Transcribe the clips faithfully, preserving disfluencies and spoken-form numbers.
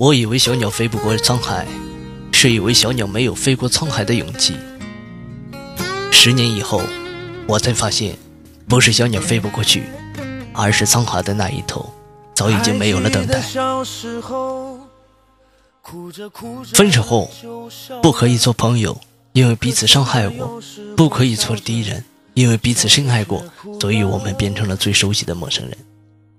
我以为小鸟飞不过沧海，是以为小鸟没有飞过沧海的勇气。十年以后，我才发现，不是小鸟飞不过去，而是沧海的那一头早已经没有了等待。分手后不可以做朋友，因为彼此伤害过；不可以做敌人，因为彼此深爱过，所以我们变成了最熟悉的陌生人。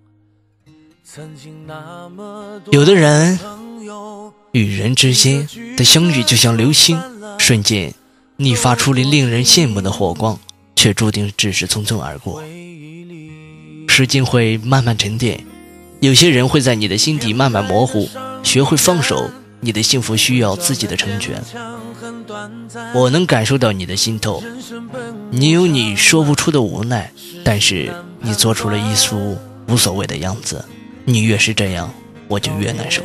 有的人与人之间的相遇就像流星，瞬间你发出了令人羡慕的火光，却注定只是匆匆而过。时间会慢慢沉淀，有些人会在你的心底慢慢模糊，学会放手，你的幸福需要自己的成全。我能感受到你的心痛，你有你说不出的无奈，但是你做出了一副无所谓的样子，你越是这样，我就越难受。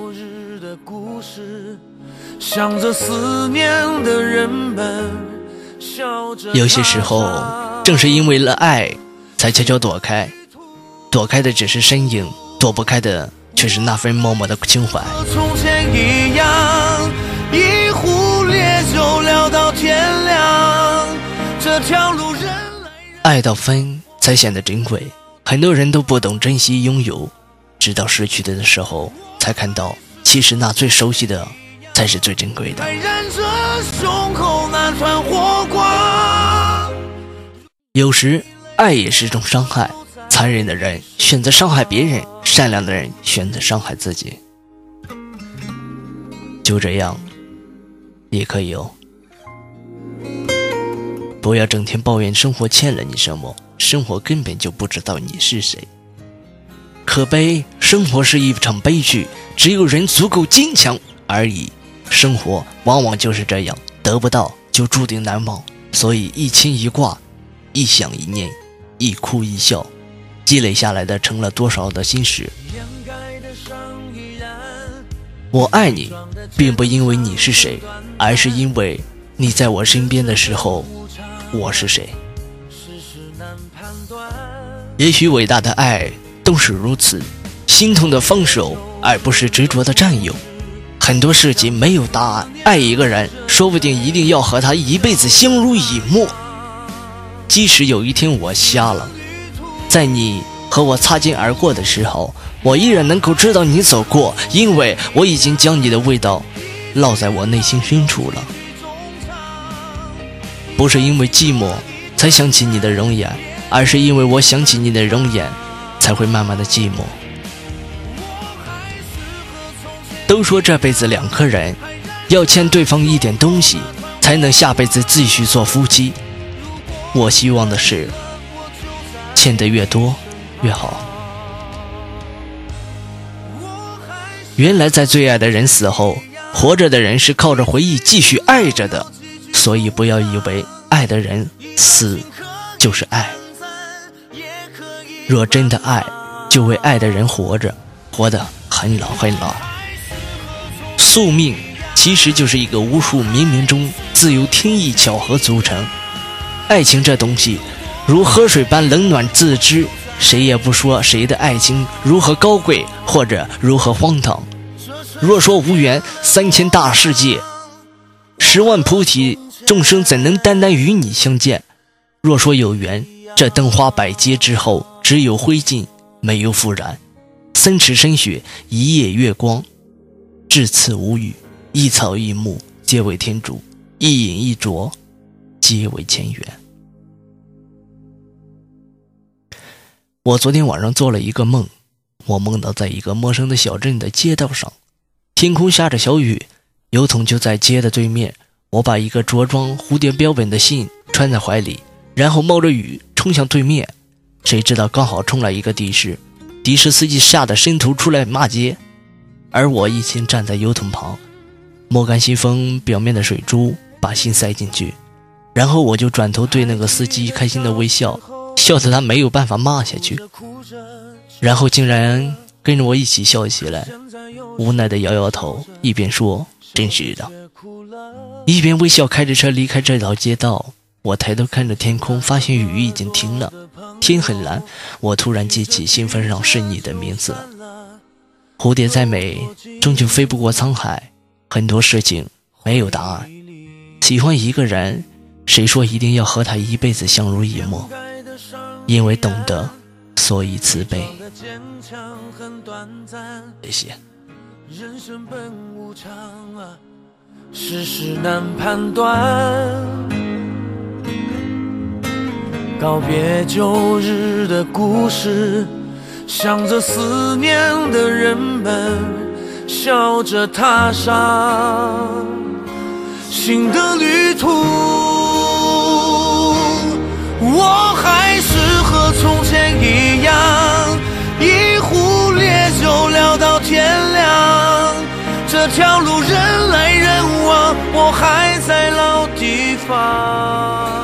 想着思念的人们，有些时候正是因为了爱才悄悄躲开，躲开的只是身影，躲不开的却是那份默默的情怀。从前一样，一壶烈酒聊到天亮，这条路人来爱到分才显得珍贵。很多人都不懂珍惜拥有，直到失去的时候才看到，其实那最熟悉的才是最珍贵的。胸口那团火光，有时爱也是一种伤害，残忍的人选择伤害别人，善良的人选择伤害自己。就这样也可以哦。不要整天抱怨生活欠了你什么，生活根本就不知道你是谁。可悲，生活是一场悲剧，只有人足够坚强而已。生活往往就是这样，得不到就注定难忘。所以一牵一挂，一想一念，一哭一笑，积累下来的成了多少的心事。我爱你，并不因为你是谁，而是因为你在我身边的时候，我是谁。也许伟大的爱都是如此，心痛的放手，而不是执着的占有。很多事情没有答案，爱一个人，说不定一定要和他一辈子相濡以沫。即使有一天我瞎了，在你和我擦肩而过的时候，我依然能够知道你走过，因为我已经将你的味道烙在我内心深处了。不是因为寂寞才想起你的容颜，而是因为我想起你的容颜，才会慢慢的寂寞。都说这辈子两个人要欠对方一点东西，才能下辈子继续做夫妻。我希望的是欠得越多越好。原来在最爱的人死后，活着的人是靠着回忆继续爱着的，所以不要以为爱的人死就是爱。若真的爱，就为爱的人活着，活得很老很老。宿命其实就是一个无数冥冥中自由天意巧合组成。爱情这东西如河水般冷暖自知，谁也不说谁的爱情如何高贵或者如何荒唐。若说无缘，三千大世界，十万菩提众生怎能单单与你相见？若说有缘，这灯花百劫之后，只有灰烬没有复燃。三尺深雪，一夜月光，至此无语。一草一木皆为天主，一饮一啄皆为前缘。我昨天晚上做了一个梦，我梦到在一个陌生的小镇的街道上，天空下着小雨，邮筒就在街的对面。我把一个着装蝴蝶标本的信穿在怀里，然后冒着雨冲向对面。谁知道刚好冲来一个的士，的士司机吓得伸头出来骂街，而我一心站在邮筒旁，摸干信封表面的水珠，把信塞进去，然后我就转头对那个司机开心的微笑，笑得他没有办法骂下去，然后竟然跟着我一起笑起来，无奈的摇摇头，一边说真是的，一边微笑开着车离开这条街道。我抬头看着天空，发现雨已经停了，天很蓝。我突然记起信封上是你的名字， 蝴蝶再美，终究飞不过沧海。很多事情没有答案。喜欢一个人，谁说一定要和他一辈子相濡以沫？因为懂得，所以慈悲。谢谢。 人生本无常啊，世事难判断。告别旧日的故事，想着思念的人们，笑着踏上新的旅途。我还是和从前一样，一壶烈酒聊到天亮。这条路人来人往，我还在老地方。